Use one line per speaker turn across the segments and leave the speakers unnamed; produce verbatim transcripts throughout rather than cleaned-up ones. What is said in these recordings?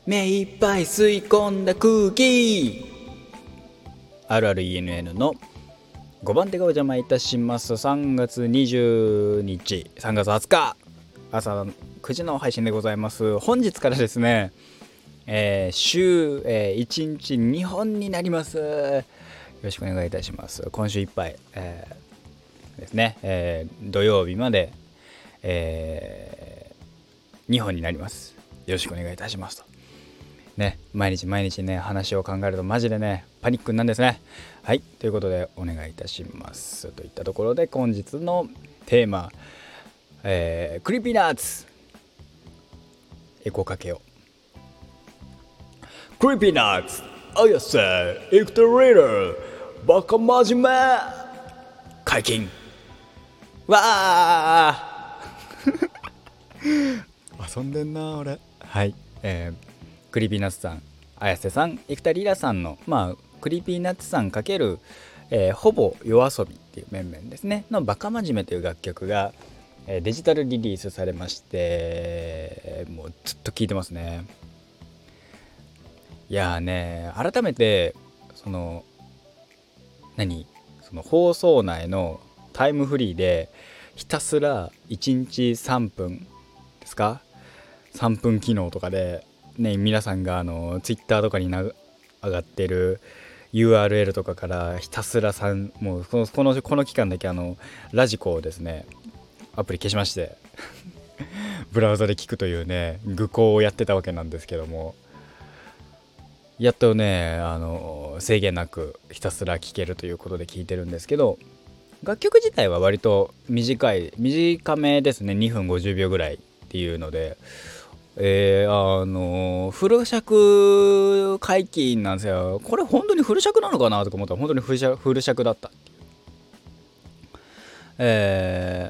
目いっぱい吸い込んだ空気 アールアールイーエヌエヌ のごばん手がお邪魔いたします。さんがつにじゅうにちさんがつはつか朝くじの配信でございます。本日からですね、えー、週、えー、いちにちにほんになります。よろしくお願いいたします。今週いっぱい、えー、ですね、えー、土曜日まで、えー、にほんになります。よろしくお願いいたしますとね、毎日毎日ね話を考えるとマジでねパニックなんですね。はい、ということでお願いいたしますといったところで、本日のテーマ、えー、クリーピーナッツエコーかけよう。クリーピーナッツ綾瀬エクトリーダーバカ真面目解禁わあ遊んでんな俺。はい、えークリーピーナッツさん、綾瀬さん、生田リラさんの、まあ、クリーピーナッツさん×、えー、ほぼ夜遊びっていう面々ですねのバカ真面目という楽曲が、えー、デジタルリリースされまして、もうずっと聴いてますね。いやーね、改めてその何その放送内のタイムフリーでひたすらいちにちさんぷんですか、さんぷん機能とかでね、皆さんがあのツイッターとかにな上がってる ユーアールエル とかからひたすらさんもうこのこのこの期間だけあのラジコをですねアプリ消しましてブラウザで聞くというね愚行をやってたわけなんですけども、やっとねあの制限なくひたすら聴けるということで聞いてるんですけど、楽曲自体は割と短い短めですね。にふんごじゅうびょうぐらいっていうので、えー、あのー、フル尺解禁なんですよ。これ本当にフル尺なのかなとか思ったら本当にフル尺、フル尺だったっていう。え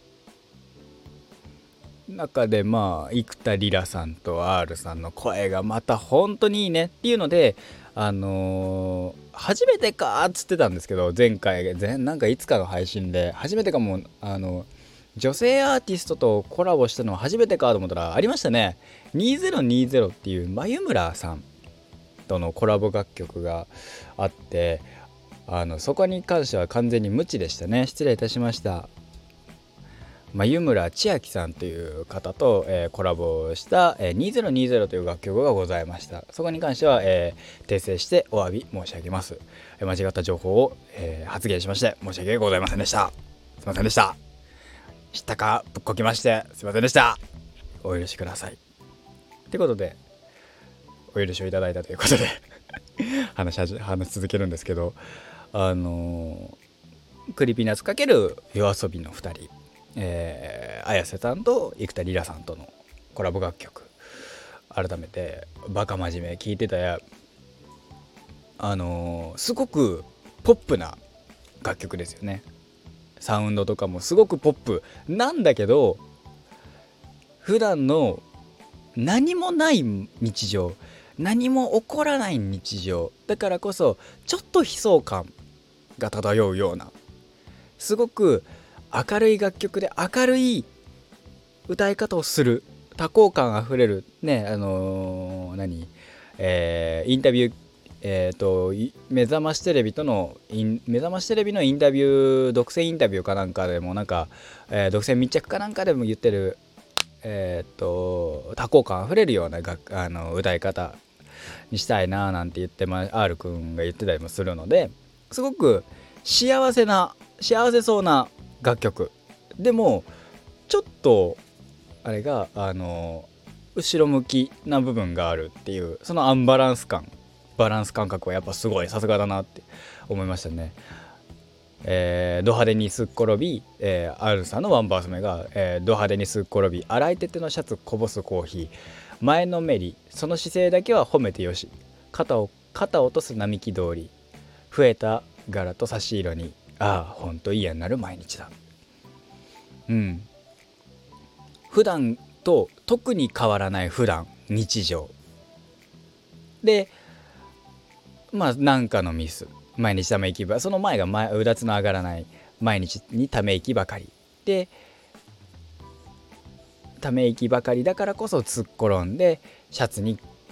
ー、中でまあ生田リラさんと R さんの声がまた本当にいいねっていうので、あのー、初めてかーっつってたんですけど、前回前なんかいつかの配信で初めてかも、あの女性アーティストとコラボしたのは初めてかと思ったらありましたね。にせんにじゅうっていう眉村さんとのコラボ楽曲があって、あのそこに関しては完全に無知でしたね。失礼いたしました。眉村千秋さんという方と、えー、コラボした、えー、にせんにじゅうという楽曲がございました。そこに関しては、えー、訂正してお詫び申し上げます。えー、間違った情報を、えー、発言しまして申し訳ございませんでした。すいませんでした。知ったかぶっこきましてすいませんでした。お許しください。ってことでお許しをいただいたということで話し話し続けるんですけど、あのー、クリーピーナッツ×夜遊びのふたり、えー、綾瀬さんと生田リラさんとのコラボ楽曲、改めてバカ真面目聞いてたや、あのー、すごくポップな楽曲ですよね。サウンドとかもすごくポップなんだけど、普段の何もない日常、何も起こらない日常だからこそちょっと悲壮感が漂うような、すごく明るい楽曲で明るい歌い方をする、多幸感あふれるね、あのー、何、えー、インタビュー、えーと目覚ましテレビとの目覚ましテレビのインタビュー、独占インタビューかなんかでもなんか、えー、独占密着かなんかでも言ってる、えーと多幸感あふれるような楽あの歌い方にしたいななんて言って、まあ、R 君が言ってたりもするので、すごく幸せな幸せそうな楽曲でもちょっとあれがあの後ろ向きな部分があるっていう、そのアンバランス感バランス感覚はやっぱすごいさすがだなって思いましたね。えー、ド派手にすっ転び、えー、R さんのワンバース目が、えー、ド派手にすっ転び洗い手手のシャツこぼすコーヒー前のめりその姿勢だけは褒めてよし肩を肩落とす並木通り増えた柄と差し色にああほんと嫌になる毎日だ。うん普段と特に変わらない普段日常で、まあなんかのミス、毎日ため息ばその前が前うだつの上がらない毎日にため息ばかりで、ため息ばかりだからこそ突っ転んでシャツに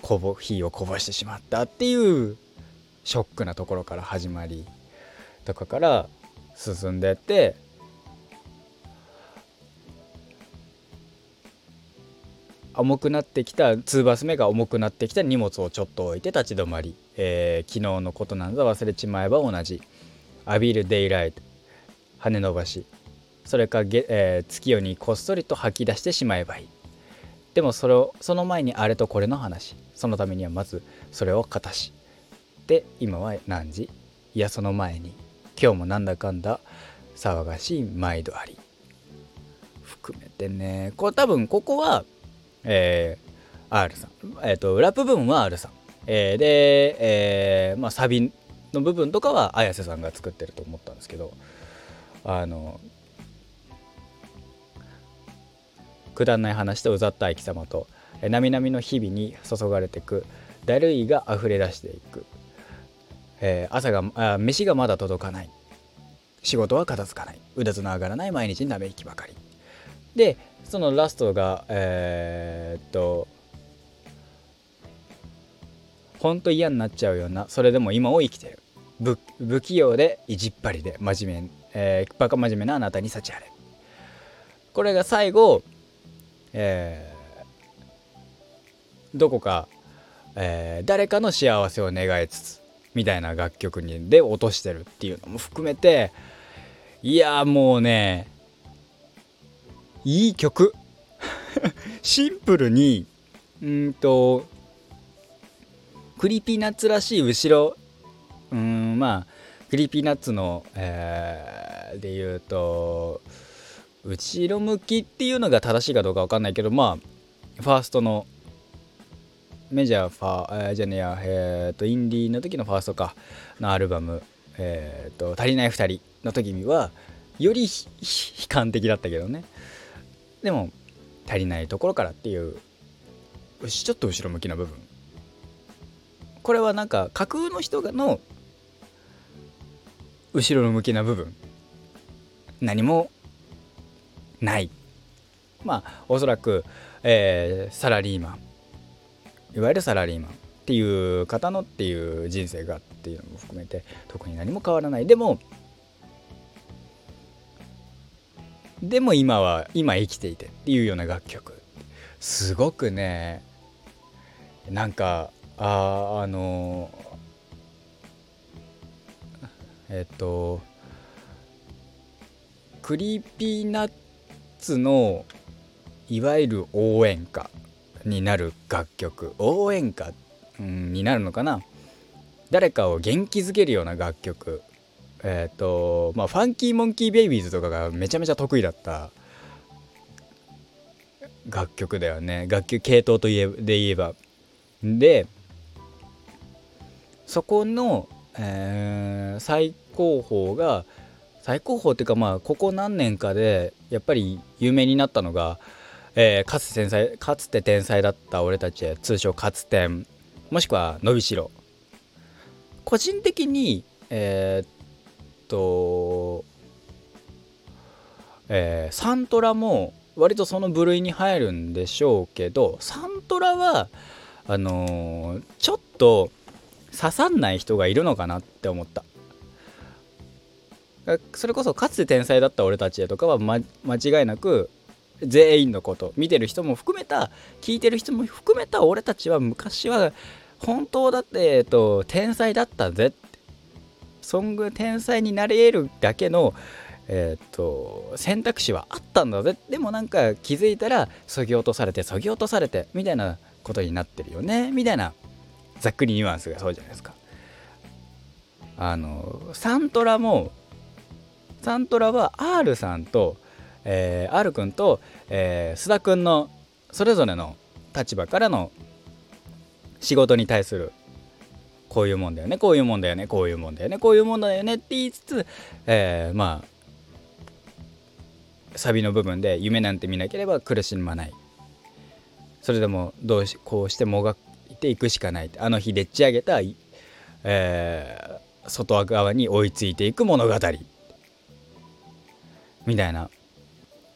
こぼ火をこぼしてしまったっていうショックなところから始まりとかから進んでって、重くなってきたにバス目が重くなってきた荷物をちょっと置いて立ち止まり、えー、昨日のことなんざ忘れちまえば同じ、浴びるデイライト、羽伸ばし、それかげ、えー、月夜にこっそりと吐き出してしまえばいい。でもそれをその前にあれとこれの話、そのためにはまずそれを片しで、今は何時、いやその前に今日もなんだかんだ騒がしい毎度あり含めてね、これ多分ここはえー、R さん、えーとラップ部分は R さん、えー、で、えーまあ、サビの部分とかは綾瀬さんが作ってると思ったんですけど、あのくだんない話とうざったい貴様となみなみの日々に注がれてくだるいが溢れ出していく、えー、朝があ飯がまだ届かない、仕事は片付かない、うだつの上がらない毎日にため息ばかりで、そのラストがえー、っとほんと嫌になっちゃうような、それでも今を生きてる、不, 不器用で意地っ張りで真面目、えー、バカ真面目なあなたに幸あれ。これが最後、えー、どこか、えー、誰かの幸せを願いつつみたいな楽曲にで落としてるっていうのも含めて、いやもうねいい曲シンプルにうんとクリーピーナッツらしい後ろ、うーんまあクリーピーナッツの、えー、で言うと後ろ向きっていうのが正しいかどうか分かんないけど、まあファーストのメジャーファー、えー、じゃねえや、えー、とインディーの時のファーストかのアルバム、えー、と足りないふたりの時にはより悲観的だったけどね、でも足りないところからっていうちょっと後ろ向きな部分、これはなんか架空の人の後ろ向きな部分、何もない、まあおそらく、えー、サラリーマン、いわゆるサラリーマンっていう方のっていう人生がっていうのも含めて特に何も変わらない、でもでも今は今生きていてっていうような楽曲、すごくねなんかああのえっとクリーピーナッツのいわゆる応援歌になる楽曲、応援歌、うん、になるのかな、誰かを元気づけるような楽曲、えっとまあファンキーモンキーベイビーズとかがめちゃめちゃ得意だった楽曲だよね、楽曲系統といえで言えば。でそこの、えー、最高峰が最高峰っていうか、まあここ何年かでやっぱり有名になったのが、えー、かつて天才かつて天才だった俺たちへ、通称かつてん、もしくは伸びしろ。個人的にえー、っと、えー、サントラも割とその部類に入るんでしょうけど、サントラはあのー、ちょっと刺さんない人がいるのかなって思った。それこそかつて天才だった俺たちへとかは、ま、間違いなく全員のこと、見てる人も含めた聞いてる人も含めた俺たちは昔は本当だって、えっと、天才だったぜって、ソング天才になれるだけの、えっと、選択肢はあったんだぜ、でもなんか気づいたらそぎ落とされてそぎ落とされてみたいなことになってるよねみたいな、ざっくりニュアンスがそうじゃないですか。あのサントラもサントラは R さんと、えー、R 君と、えー、須田君のそれぞれの立場からの仕事に対するこういうもんだよねこういうもんだよねこういうもんだよねこういうもんだよねって言いつつ、えー、まあサビの部分で夢なんて見なければ苦しまない、それでもどうしこうしてもがいていくしかない、あの日でっち上げた、えー、外側に追いついていく物語みたいな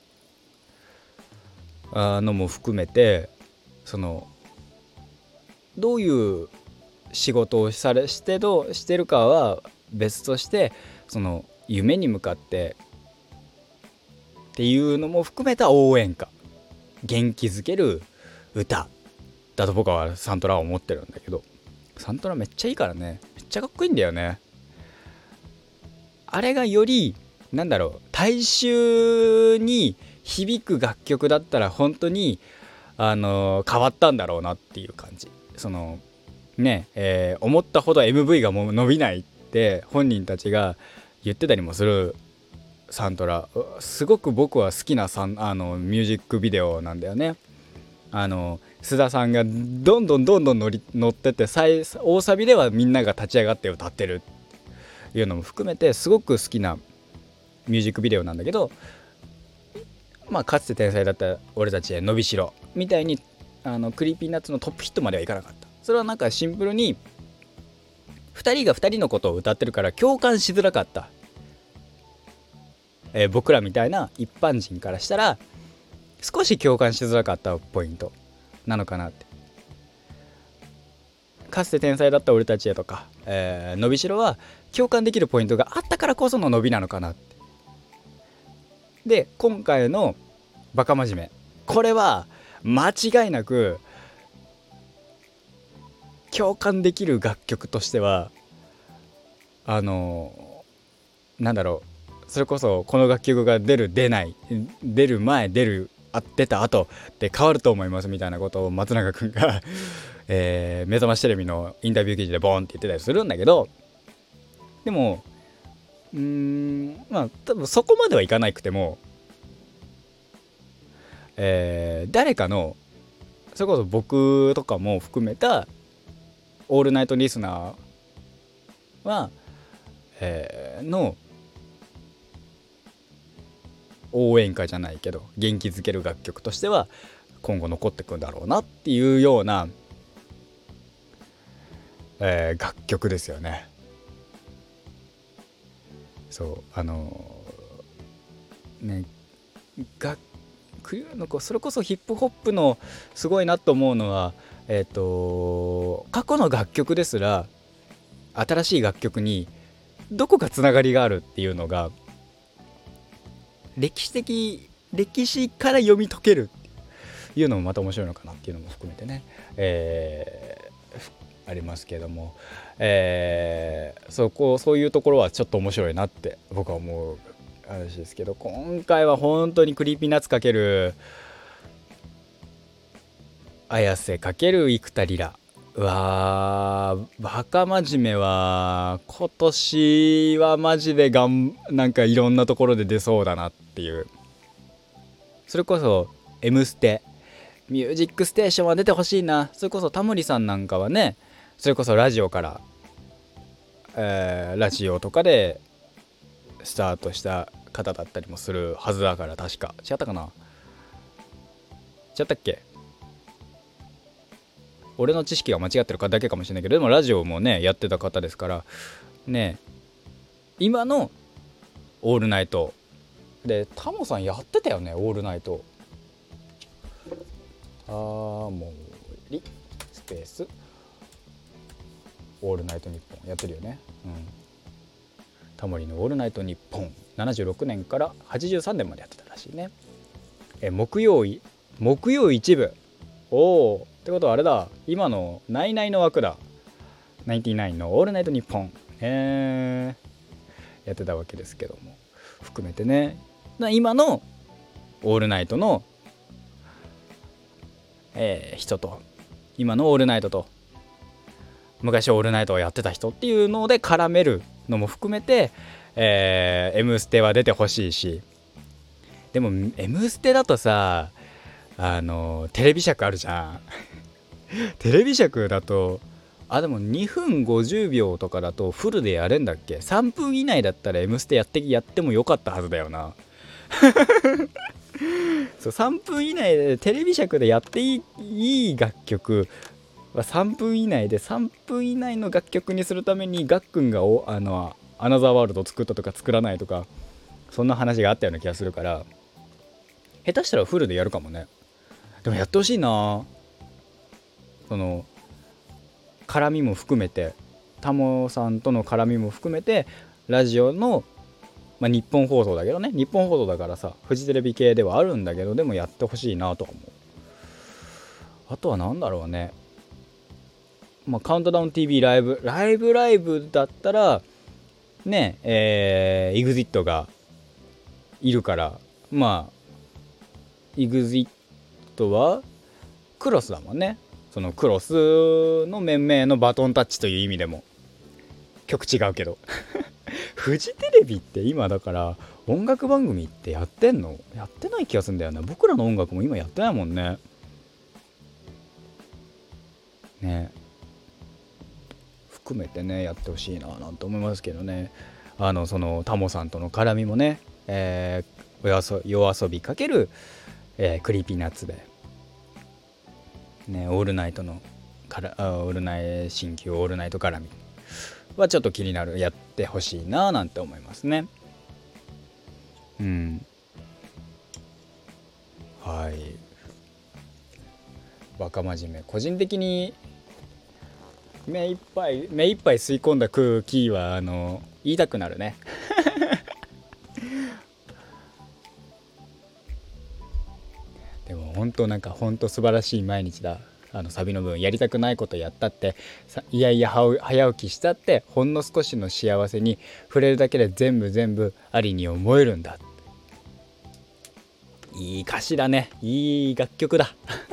のも含めて、そのどういう仕事をされしてどうしてるかは別として、その夢に向かってっていうのも含めた応援歌、元気づける歌だと僕はサントラは思ってるんだけど、サントラめっちゃいいからね、めっちゃかっこいいんだよね。あれがよりなんだろう、大衆に響く楽曲だったら本当にあのー変わったんだろうなっていう感じ。そのねえー思ったほど エムブイ がもう伸びないって本人たちが言ってたりもするサントラ、すごく僕は好きなサンあのミュージックビデオなんだよね。あの須田さんがどんどんどんどん乗り乗ってて、最大サビではみんなが立ち上がって歌ってるいうのも含めてすごく好きなミュージックビデオなんだけど、まあかつて天才だった俺たちへ伸びしろみたいにあのクリーピーナッツのトップヒットまではいかなかった。それはなんかシンプルにふたりがふたりのことを歌ってるから共感しづらかった、えー僕らみたいな一般人からしたら少し共感しづらかったポイントなのかなって。かつて天才だった俺たちへとか、えー、伸びしろは共感できるポイントがあったからこその伸びなのかなって。で今回のバカ真面目、これは間違いなく共感できる楽曲としてはあのなんだろう、それこそこの楽曲が出る出ない出る前出るあ出た後で変わると思いますみたいなことを松永くんが、えー、目覚ましテレビのインタビュー記事でボーンって言ってたりするんだけど、でもうーんまあ多分そこまではいかなくても、えー、誰かのそれこそ僕とかも含めたオールナイトリスナーは、えー、の応援歌じゃないけど元気づける楽曲としては今後残ってくんだろうなっていうような、えー、楽曲ですよね。そうあのー、ね楽なんかそれこそヒップホップのすごいなと思うのは、えっと過去の楽曲ですら新しい楽曲にどこかつながりがあるっていうのが歴史的歴史から読み解けるっていうのもまた面白いのかなっていうのも含めてね、えー、ありますけども、えー、そこそういうところはちょっと面白いなって僕は思う話ですけど、今回は本当にクリーピーナッツかける綾瀬かける生田リラ、うわーバカ真面目は今年はマジでがんなんかいろんなところで出そうだなっていう。それこそ「M ステ」「ミュージックステーション」は出てほしいな。それこそタモリさんなんかはね、それこそラジオから、えー、ラジオとかでスタートした方だったりもするはずだから、確か違ったかな、違ったっけ、俺の知識が間違ってるかだけかもしれないけど、でもラジオもねやってた方ですからね。今のオールナイトでタモさんやってたよね、オールナイト。あーもりスペースオールナイトニッポンやってるよね。うんタモリのオールナイトニッポンななじゅうろくねんからはちじゅうさんねんまでやってたらしいね。え木曜い木曜一部、おおってことはあれだ、今のナイナイの枠だ。ナインティナインのオールナイトニッポン、えー、やってたわけですけども含めてね、今のオールナイトの、えー、人と今のオールナイトと昔オールナイトをやってた人っていうので絡めるのも含めて、えー、M ステは出てほしいし、でも M ステだとさ、あのテレビ尺あるじゃんテレビ尺だとあでもにふんごじゅうびょうとかだとフルでやれんだっけ。さんぷん以内だったら M ステやってやってもよかったはずだよなそうさんぷん以内でテレビ尺でやっていい、いい楽曲はさんぷん以内で、さんぷん以内の楽曲にするためにガックンがおあのアナザーワールドを作ったとか作らないとかそんな話があったような気がするから、下手したらフルでやるかもね。でもやってほしいな。その絡みも含めて、タモさんとの絡みも含めてラジオの、まあ、日本放送だけどね、日本放送だからさフジテレビ系ではあるんだけど、でもやってほしいなとは思う。あとはなんだろうね、まあ、カウントダウン ティーブイ ライブライブライブだったらねえー、エグジット がいるから、まあ エグジット はクロスだもんね。そのクロスの面々のバトンタッチという意味でも曲違うけどフジテレビって今だから音楽番組ってやってんの？やってない気がするんだよね。僕らの音楽も今やってないもんね。ね、含めてねやってほしいななんて思いますけどね。あのそのタモさんとの絡みもね、えー、おやそ夜遊びかける、えー、クリーピーナッツでね、オールナイトのからオールナイト新旧オールナイト絡みはちょっと気になる、やってほしいななんて思いますね。うん、はい。バカ真面目、個人的に目いっぱい目いっぱい吸い込んだ空気はあの言いたくなるねでも本当なんか本当素晴らしい毎日だ。あのサビの部分、やりたくないことやったっていやいや早起きしたってほんの少しの幸せに触れるだけで全部全部ありに思えるんだ。いい歌詞だね、いい楽曲だ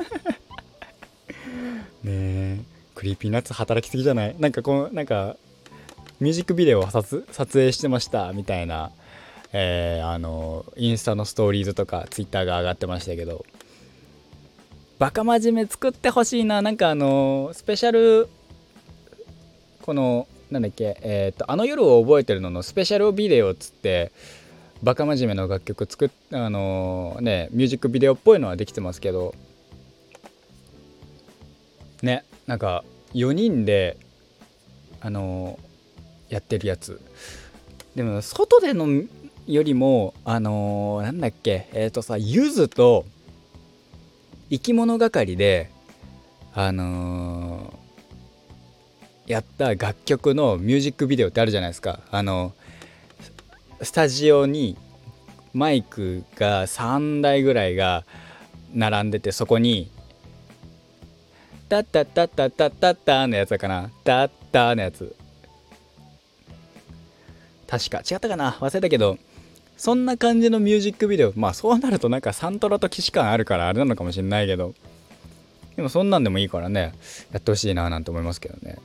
ねえ、クリーピーナッツ働きすぎじゃない？なんかこうなんかミュージックビデオを撮影してましたみたいな、えー、あのインスタのストーリーズとかツイッターが上がってましたけど、バカ真面目作ってほしいな。なんかあのスペシャル、このなんだっけ、えっとあの夜を覚えてるののスペシャルビデオっつってバカ真面目の楽曲作っあのねミュージックビデオっぽいのはできてますけどね、なんかよにんであのやってるやつでも外でのよりもあのなんだっけ、えっとさゆずと生き物係であのー、やった楽曲のミュージックビデオってあるじゃないですか。あのスタジオにマイクがさんだいぐらいが並んでて、そこにタッタッタッタッタッタッターのやつだかな、タッターのやつ確か違ったかな、忘れたけど、そんな感じのミュージックビデオ、まあそうなるとなんかサントラと既視感あるからあれなのかもしれないけど、でもそんなんでもいいからねやってほしいななんて思いますけどね。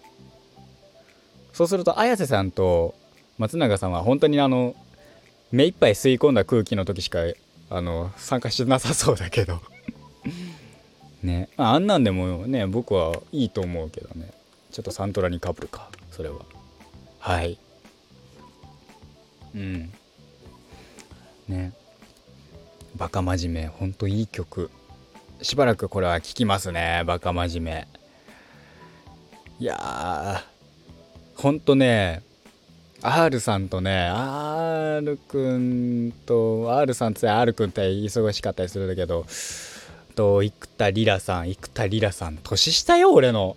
そうすると綾瀬さんと松永さんは本当にあの目いっぱい吸い込んだ空気の時しかあの参加してなさそうだけどね、あんなんでもね僕はいいと思うけどね。ちょっとサントラにかぶるかそれは。はい。うんね、バカ真面目ほんといい曲、しばらくこれは聴きますね。バカ真面目、いやーほんとね R さんとね R くんと R さんつや R くんって忙しかったりするんだけど、と生田リラさん生田リラさん年下よ俺の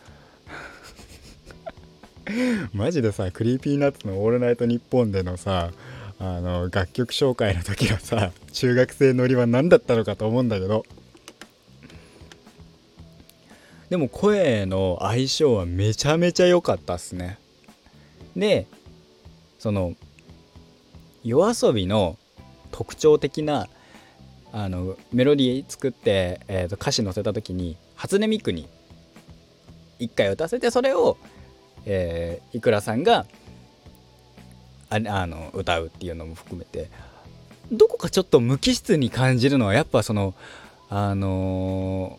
マジでさ、クリーピーナッツのオールナイトニッポンでのさあの楽曲紹介の時のさ中学生ノリは何だったのかと思うんだけど、でも声の相性はめちゃめちゃ良かったっすね。でその夜遊びの特徴的なあのメロディー作って、えー、と歌詞載せた時に初音ミクに一回歌わせて、それを、えー、いくらさんがああの歌うっていうのも含めて、どこかちょっと無機質に感じるのはやっぱそのあの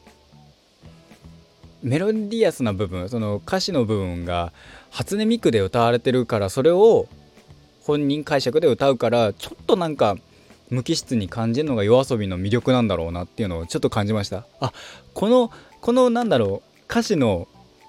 ー、メロディアスな部分、その歌詞の部分が初音ミクで歌われてるから、それを本人解釈で歌うからちょっとなんか無機質に感じるのが夜遊びの魅力なんだろうなっていうのをちょっと感じました。あ、このこのなんだろう、歌詞の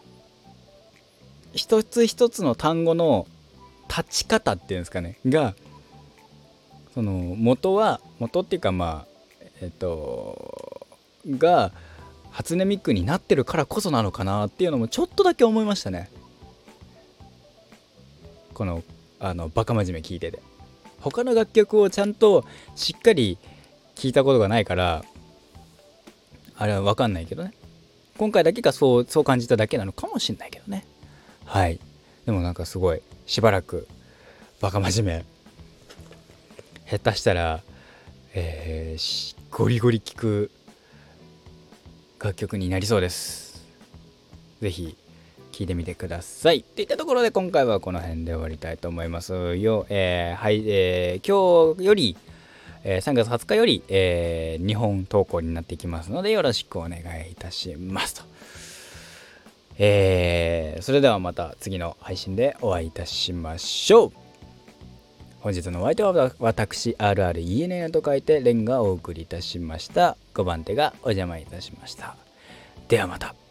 一つ一つの単語の立ち方っていうんですかねが、その元は元っていうかまあえっとが初音ミクになってるからこそなのかなっていうのもちょっとだけ思いましたね。このあのバカ真面目聞いてて、他の楽曲をちゃんとしっかり聞いたことがないからあれは分かんないけどね、今回だけがそうそう感じただけなのかもしんないけどね。はい。でもなんかすごいしばらくバカ真面目下手したら、えー、ゴリゴリ聴く楽曲になりそうです。ぜひ聴いてみてくださいっていったところで、今回はこの辺で終わりたいと思いますよ。えー、はい、えー、今日より、えー、さんがつはつかより、えー、日本投稿になっていきますのでよろしくお願いいたしますと。えー、それではまた次の配信でお会いいたしましょう。本日のお相手は私 アールアールイーエヌエヌ と書いてレンがお送りいたしました。ごばん手がお邪魔いたしました。ではまた。